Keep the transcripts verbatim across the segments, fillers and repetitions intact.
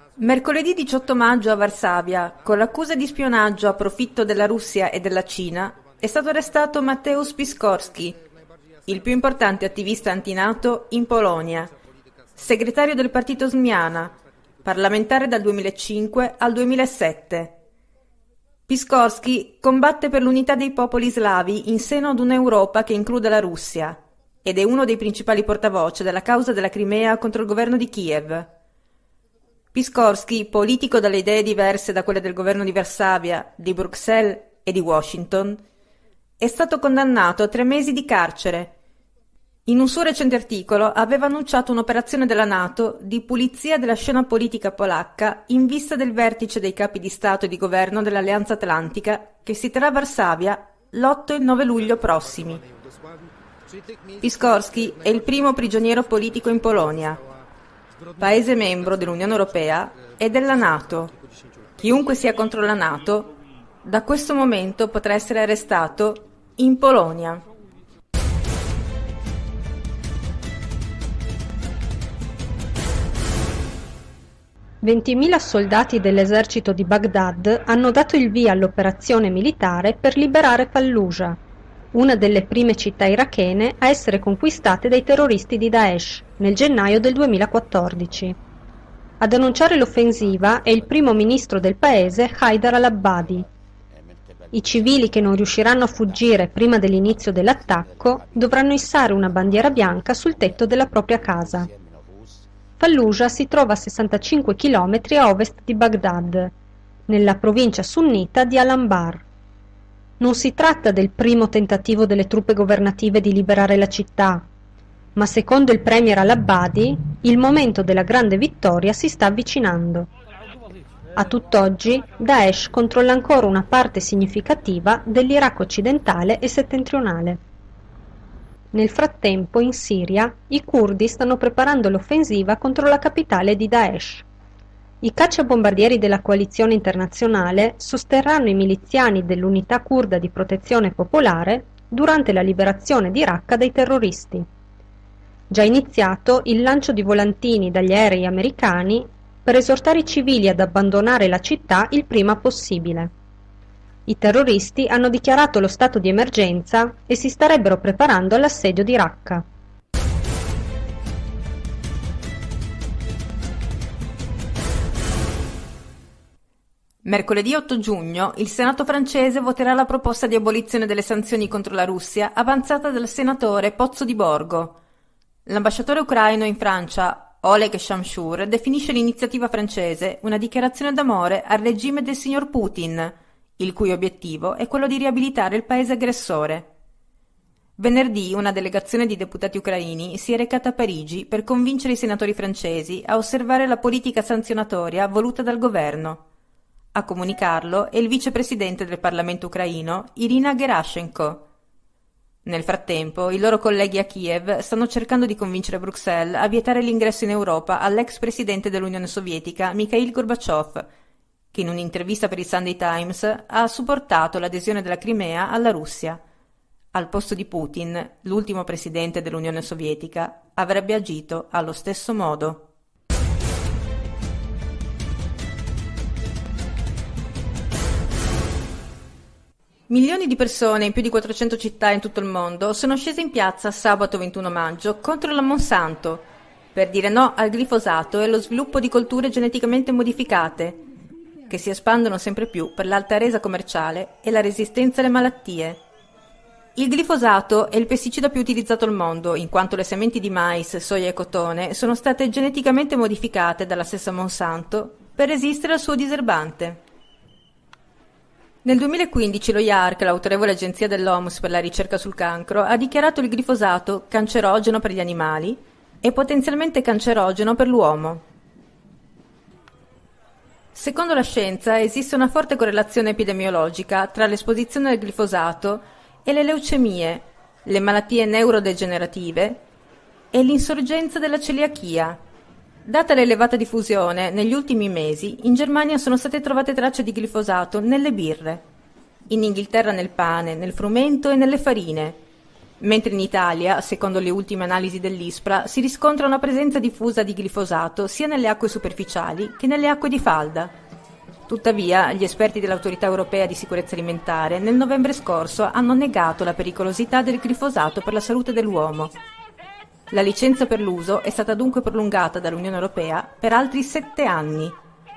Mercoledì diciotto maggio a Varsavia, con l'accusa di spionaggio a profitto della Russia e della Cina, è stato arrestato Mateusz Piskorski, il più importante attivista antinato in Polonia, segretario del partito Zmiana, parlamentare dal duemilacinque al duemilasette. Piskorski combatte per l'unità dei popoli slavi in seno ad un'Europa che includa la Russia ed è uno dei principali portavoce della causa della Crimea contro il governo di Kiev. Piskorski, politico dalle idee diverse da quelle del governo di Varsavia, di Bruxelles e di Washington, è stato condannato a tre mesi di carcere. In un suo recente articolo aveva annunciato un'operazione della NATO di pulizia della scena politica polacca in vista del vertice dei capi di Stato e di governo dell'Alleanza Atlantica che si terrà a Varsavia l'otto e il nove luglio prossimi. Piskorski è il primo prigioniero politico in Polonia, paese membro dell'Unione Europea e della NATO. Chiunque sia contro la NATO, da questo momento potrà essere arrestato in Polonia. ventimila soldati dell'esercito di Baghdad hanno dato il via all'operazione militare per liberare Fallujah, una delle prime città irachene a essere conquistate dai terroristi di Daesh nel gennaio del duemilaquattordici. Ad annunciare l'offensiva è il primo ministro del paese Haidar al-Abadi. I civili che non riusciranno a fuggire prima dell'inizio dell'attacco dovranno issare una bandiera bianca sul tetto della propria casa. Fallujah si trova a sessantacinque chilometri a ovest di Baghdad, nella provincia sunnita di Al-Anbar. Non si tratta del primo tentativo delle truppe governative di liberare la città, ma secondo il premier al-Abadi il momento della grande vittoria si sta avvicinando. A tutt'oggi Daesh controlla ancora una parte significativa dell'Iraq occidentale e settentrionale. Nel frattempo in Siria i curdi stanno preparando l'offensiva contro la capitale di Daesh. I cacciabombardieri della coalizione internazionale sosterranno i miliziani dell'unità curda di protezione popolare durante la liberazione di Raqqa dai terroristi. Già iniziato il lancio di volantini dagli aerei americani per esortare i civili ad abbandonare la città il prima possibile. I terroristi hanno dichiarato lo stato di emergenza e si starebbero preparando all'assedio di Raqqa. Mercoledì otto giugno il Senato francese voterà la proposta di abolizione delle sanzioni contro la Russia avanzata dal senatore Pozzo di Borgo. L'ambasciatore ucraino in Francia, Oleg Shamshur, definisce l'iniziativa francese una dichiarazione d'amore al regime del signor Putin, il cui obiettivo è quello di riabilitare il paese aggressore. Venerdì una delegazione di deputati ucraini si è recata a Parigi per convincere i senatori francesi a osservare la politica sanzionatoria voluta dal governo. A comunicarlo è il vicepresidente del Parlamento ucraino, Irina Gerashenko. Nel frattempo, i loro colleghi a Kiev stanno cercando di convincere Bruxelles a vietare l'ingresso in Europa all'ex presidente dell'Unione Sovietica, Mikhail Gorbaciov, che in un'intervista per il Sunday Times ha supportato l'adesione della Crimea alla Russia. Al posto di Putin, l'ultimo presidente dell'Unione Sovietica avrebbe agito allo stesso modo. Milioni di persone in più di quattrocento città in tutto il mondo sono scese in piazza sabato ventuno maggio contro la Monsanto per dire no al glifosato e allo sviluppo di colture geneticamente modificate che si espandono sempre più per l'alta resa commerciale e la resistenza alle malattie. Il glifosato è il pesticida più utilizzato al mondo in quanto le sementi di mais, soia e cotone sono state geneticamente modificate dalla stessa Monsanto per resistere al suo diserbante. Nel duemilaquindici lo I A R C, l'autorevole agenzia dell'O M S per la ricerca sul cancro, ha dichiarato il glifosato cancerogeno per gli animali e potenzialmente cancerogeno per l'uomo. Secondo la scienza esiste una forte correlazione epidemiologica tra l'esposizione al glifosato e le leucemie, le malattie neurodegenerative e l'insorgenza della celiachia. Data l'elevata diffusione, negli ultimi mesi in Germania sono state trovate tracce di glifosato nelle birre, in Inghilterra nel pane, nel frumento e nelle farine. mentre in Italia, secondo le ultime analisi dell'ISPRA, si riscontra una presenza diffusa di glifosato sia nelle acque superficiali che nelle acque di falda. Tuttavia, gli esperti dell'Autorità Europea di Sicurezza Alimentare nel novembre scorso hanno negato la pericolosità del glifosato per la salute dell'uomo. La licenza per l'uso è stata dunque prolungata dall'Unione Europea per altri sette anni.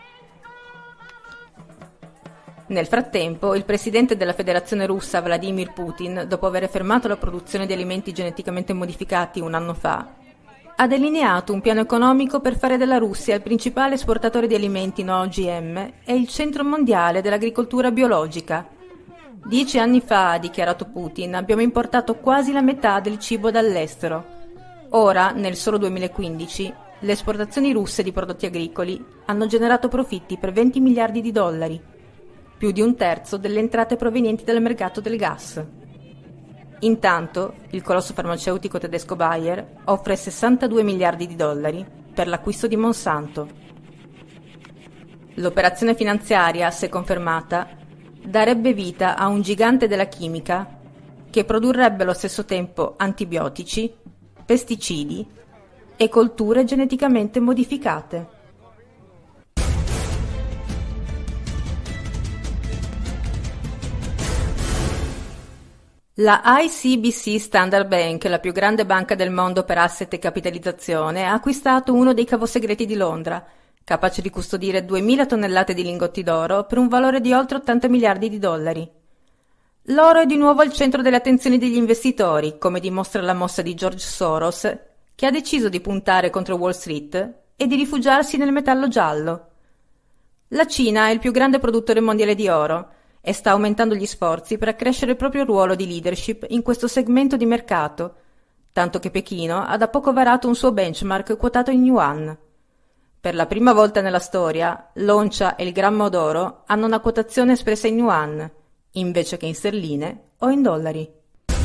Nel frattempo, il presidente della Federazione Russa, Vladimir Putin, dopo aver fermato la produzione di alimenti geneticamente modificati un anno fa, ha delineato un piano economico per fare della Russia il principale esportatore di alimenti no O G M e il centro mondiale dell'agricoltura biologica. Dieci anni fa, ha dichiarato Putin, abbiamo importato quasi la metà del cibo dall'estero. Ora, nel solo duemilaquindici, le esportazioni russe di prodotti agricoli hanno generato profitti per venti miliardi di dollari, più di un terzo delle entrate provenienti dal mercato del gas. Intanto, il colosso farmaceutico tedesco Bayer offre sessantadue miliardi di dollari per l'acquisto di Monsanto. L'operazione finanziaria, se confermata, darebbe vita a un gigante della chimica che produrrebbe allo stesso tempo antibiotici, pesticidi e colture geneticamente modificate. La I C B C Standard Bank, la più grande banca del mondo per asset e capitalizzazione, ha acquistato uno dei cavosegreti di Londra, capace di custodire duemila tonnellate di lingotti d'oro per un valore di oltre ottanta miliardi di dollari. L'oro è di nuovo al centro delle attenzioni degli investitori, come dimostra la mossa di George Soros, che ha deciso di puntare contro Wall Street e di rifugiarsi nel metallo giallo. La Cina è il più grande produttore mondiale di oro e sta aumentando gli sforzi per accrescere il proprio ruolo di leadership in questo segmento di mercato, tanto che Pechino ha da poco varato un suo benchmark quotato in yuan. Per la prima volta nella storia, l'oncia e il grammo d'oro hanno una quotazione espressa in yuan, invece che in sterline o in dollari.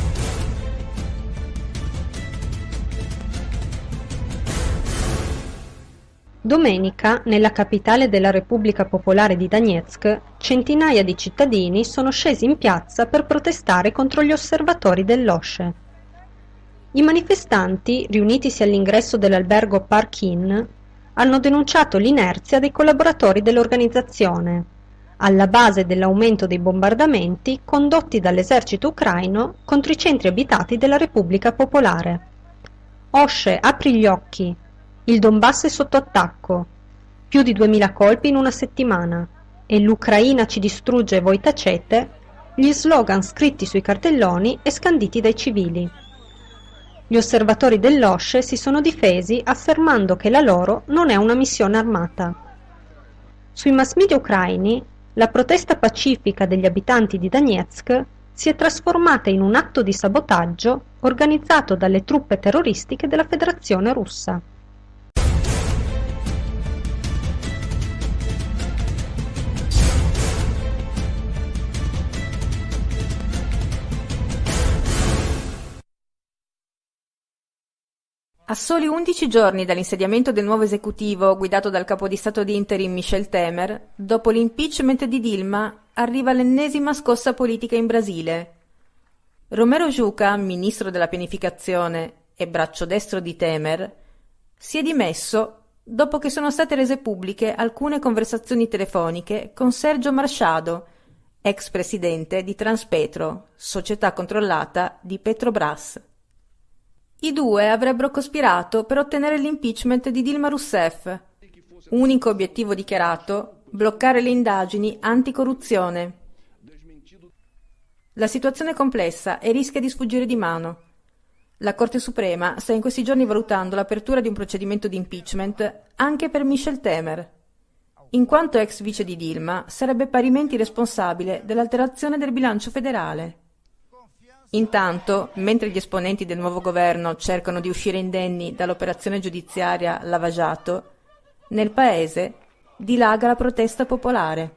Domenica, nella capitale della Repubblica Popolare di Donetsk, centinaia di cittadini sono scesi in piazza per protestare contro gli osservatori dell'O S C E. I manifestanti, riunitisi all'ingresso dell'albergo Park Inn, hanno denunciato l'inerzia dei collaboratori dell'organizzazione, alla base dell'aumento dei bombardamenti condotti dall'esercito ucraino contro i centri abitati della Repubblica Popolare. O S C E, apri gli occhi! Il Donbass è sotto attacco. Più di duemila colpi in una settimana. E l'Ucraina ci distrugge e voi tacete, gli slogan scritti sui cartelloni e scanditi dai civili. Gli osservatori dell'O S C E si sono difesi affermando che la loro non è una missione armata. Sui mass media ucraini, la protesta pacifica degli abitanti di Donetsk si è trasformata in un atto di sabotaggio organizzato dalle truppe terroristiche della Federazione Russa. A soli undici giorni dall'insediamento del nuovo esecutivo guidato dal capo di Stato di interim Michel Temer, dopo l'impeachment di Dilma, arriva l'ennesima scossa politica in Brasile. Romero Jucá, ministro della pianificazione e braccio destro di Temer, si è dimesso dopo che sono state rese pubbliche alcune conversazioni telefoniche con Sergio Marchado, ex presidente di Transpetro, società controllata di Petrobras. I due avrebbero cospirato per ottenere l'impeachment di Dilma Rousseff. Unico obiettivo dichiarato: bloccare le indagini anticorruzione. La situazione è complessa e rischia di sfuggire di mano. La Corte Suprema sta in questi giorni valutando l'apertura di un procedimento di impeachment anche per Michel Temer, in quanto ex vice di Dilma sarebbe parimenti responsabile dell'alterazione del bilancio federale. Intanto, mentre gli esponenti del nuovo governo cercano di uscire indenni dall'operazione giudiziaria Lava Jato, nel paese dilaga la protesta popolare.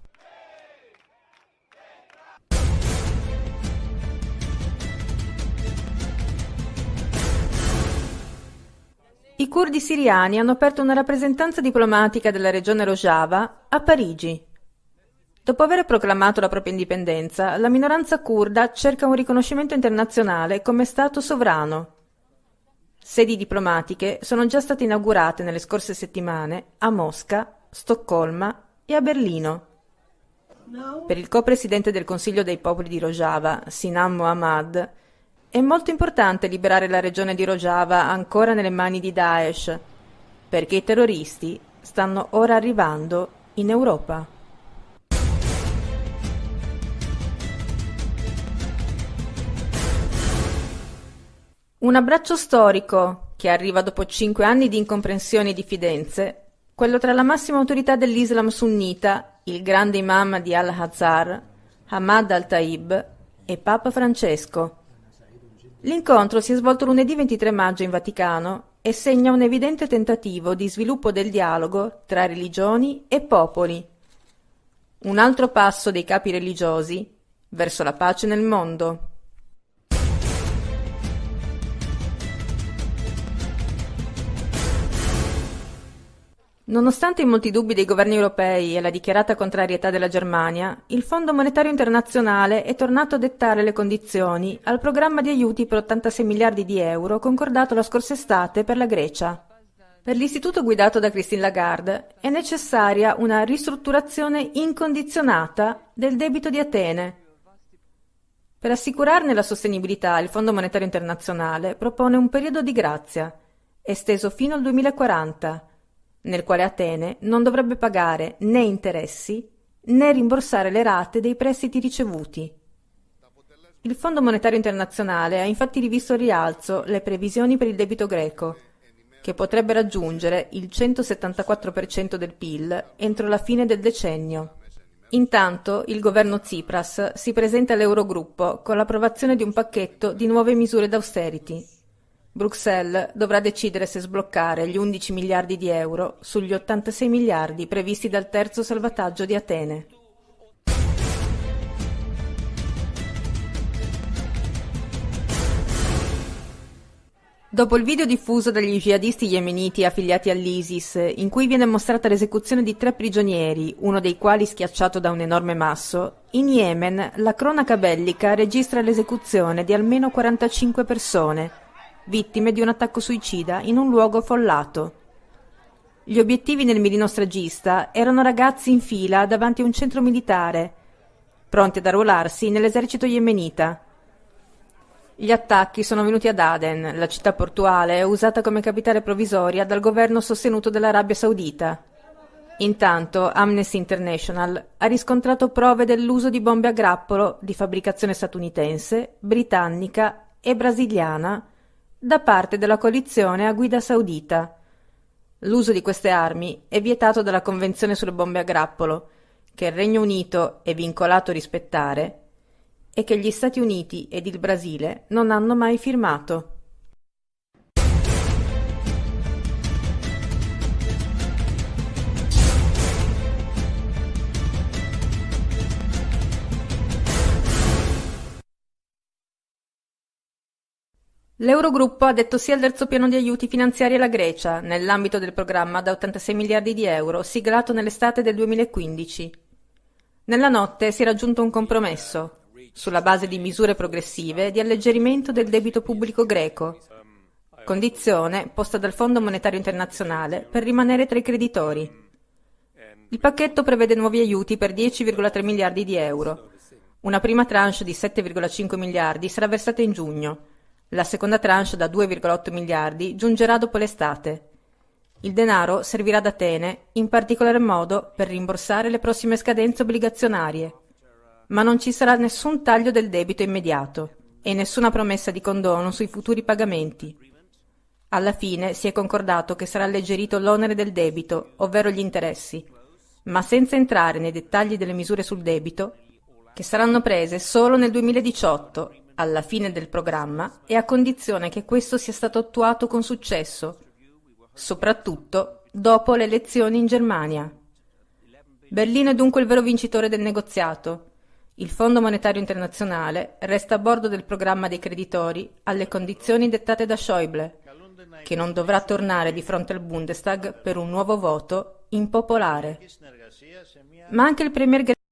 I curdi siriani hanno aperto una rappresentanza diplomatica della regione Rojava a Parigi. Dopo aver proclamato la propria indipendenza, la minoranza curda cerca un riconoscimento internazionale come Stato sovrano. Sedi diplomatiche sono già state inaugurate nelle scorse settimane a Mosca, Stoccolma e a Berlino. Per il co-presidente del Consiglio dei Popoli di Rojava, Sinan Mohammad, è molto importante liberare la regione di Rojava ancora nelle mani di Daesh, perché i terroristi stanno ora arrivando in Europa. Un abbraccio storico che arriva dopo cinque anni di incomprensioni e diffidenze, quello tra la massima autorità dell'Islam sunnita, il grande imam di Al-Azhar, Ahmad al-Taib, e Papa Francesco. L'incontro si è svolto lunedì ventitré maggio in Vaticano e segna un evidente tentativo di sviluppo del dialogo tra religioni e popoli. Un altro passo dei capi religiosi verso la pace nel mondo. Nonostante i molti dubbi dei governi europei e la dichiarata contrarietà della Germania, il Fondo Monetario Internazionale è tornato a dettare le condizioni al programma di aiuti per ottantasei miliardi di euro concordato la scorsa estate per la Grecia. Per l'istituto guidato da Christine Lagarde è necessaria una ristrutturazione incondizionata del debito di Atene. Per assicurarne la sostenibilità, il Fondo Monetario Internazionale propone un periodo di grazia, esteso fino al duemilaquaranta, nel quale Atene non dovrebbe pagare né interessi né rimborsare le rate dei prestiti ricevuti. Il Fondo Monetario Internazionale ha infatti rivisto al rialzo le previsioni per il debito greco, che potrebbe raggiungere il centosettantaquattro per cento del P I L entro la fine del decennio. Intanto il governo Tsipras si presenta all'Eurogruppo con l'approvazione di un pacchetto di nuove misure d'austerity. Bruxelles dovrà decidere se sbloccare gli undici miliardi di euro sugli ottantasei miliardi previsti dal terzo salvataggio di Atene. Dopo il video diffuso dagli jihadisti yemeniti affiliati all'ISIS, in cui viene mostrata l'esecuzione di tre prigionieri, uno dei quali schiacciato da un enorme masso, in Yemen la cronaca bellica registra l'esecuzione di almeno quarantacinque persone, vittime di un attacco suicida in un luogo follato. Gli obiettivi nel mirino stragista erano ragazzi in fila davanti a un centro militare, pronti ad arruolarsi nell'esercito yemenita. Gli attacchi sono venuti ad Aden, la città portuale usata come capitale provvisoria dal governo sostenuto dall'Arabia Saudita. Intanto Amnesty International ha riscontrato prove dell'uso di bombe a grappolo di fabbricazione statunitense, britannica e brasiliana da parte della coalizione a guida saudita. L'uso di queste armi è vietato dalla Convenzione sulle bombe a grappolo, che il Regno Unito è vincolato a rispettare e che gli Stati Uniti ed il Brasile non hanno mai firmato. L'Eurogruppo ha detto sì al terzo piano di aiuti finanziari alla Grecia, nell'ambito del programma da ottantasei miliardi di euro, siglato nell'estate del duemilaquindici. Nella notte si è raggiunto un compromesso, sulla base di misure progressive di alleggerimento del debito pubblico greco, condizione posta dal Fondo Monetario Internazionale per rimanere tra i creditori. Il pacchetto prevede nuovi aiuti per dieci virgola tre miliardi di euro. Una prima tranche di sette virgola cinque miliardi sarà versata in giugno. La seconda tranche da due virgola otto miliardi giungerà dopo l'estate. Il denaro servirà ad Atene, in particolar modo per rimborsare le prossime scadenze obbligazionarie. Ma non ci sarà nessun taglio del debito immediato e nessuna promessa di condono sui futuri pagamenti. Alla fine si è concordato che sarà alleggerito l'onere del debito, ovvero gli interessi, ma senza entrare nei dettagli delle misure sul debito, che saranno prese solo nel duemiladiciotto, alla fine del programma, e a condizione che questo sia stato attuato con successo, soprattutto dopo le elezioni in Germania. Berlino è dunque il vero vincitore del negoziato. Il Fondo Monetario Internazionale resta a bordo del programma dei creditori alle condizioni dettate da Schäuble, che non dovrà tornare di fronte al Bundestag per un nuovo voto impopolare. Ma anche il premier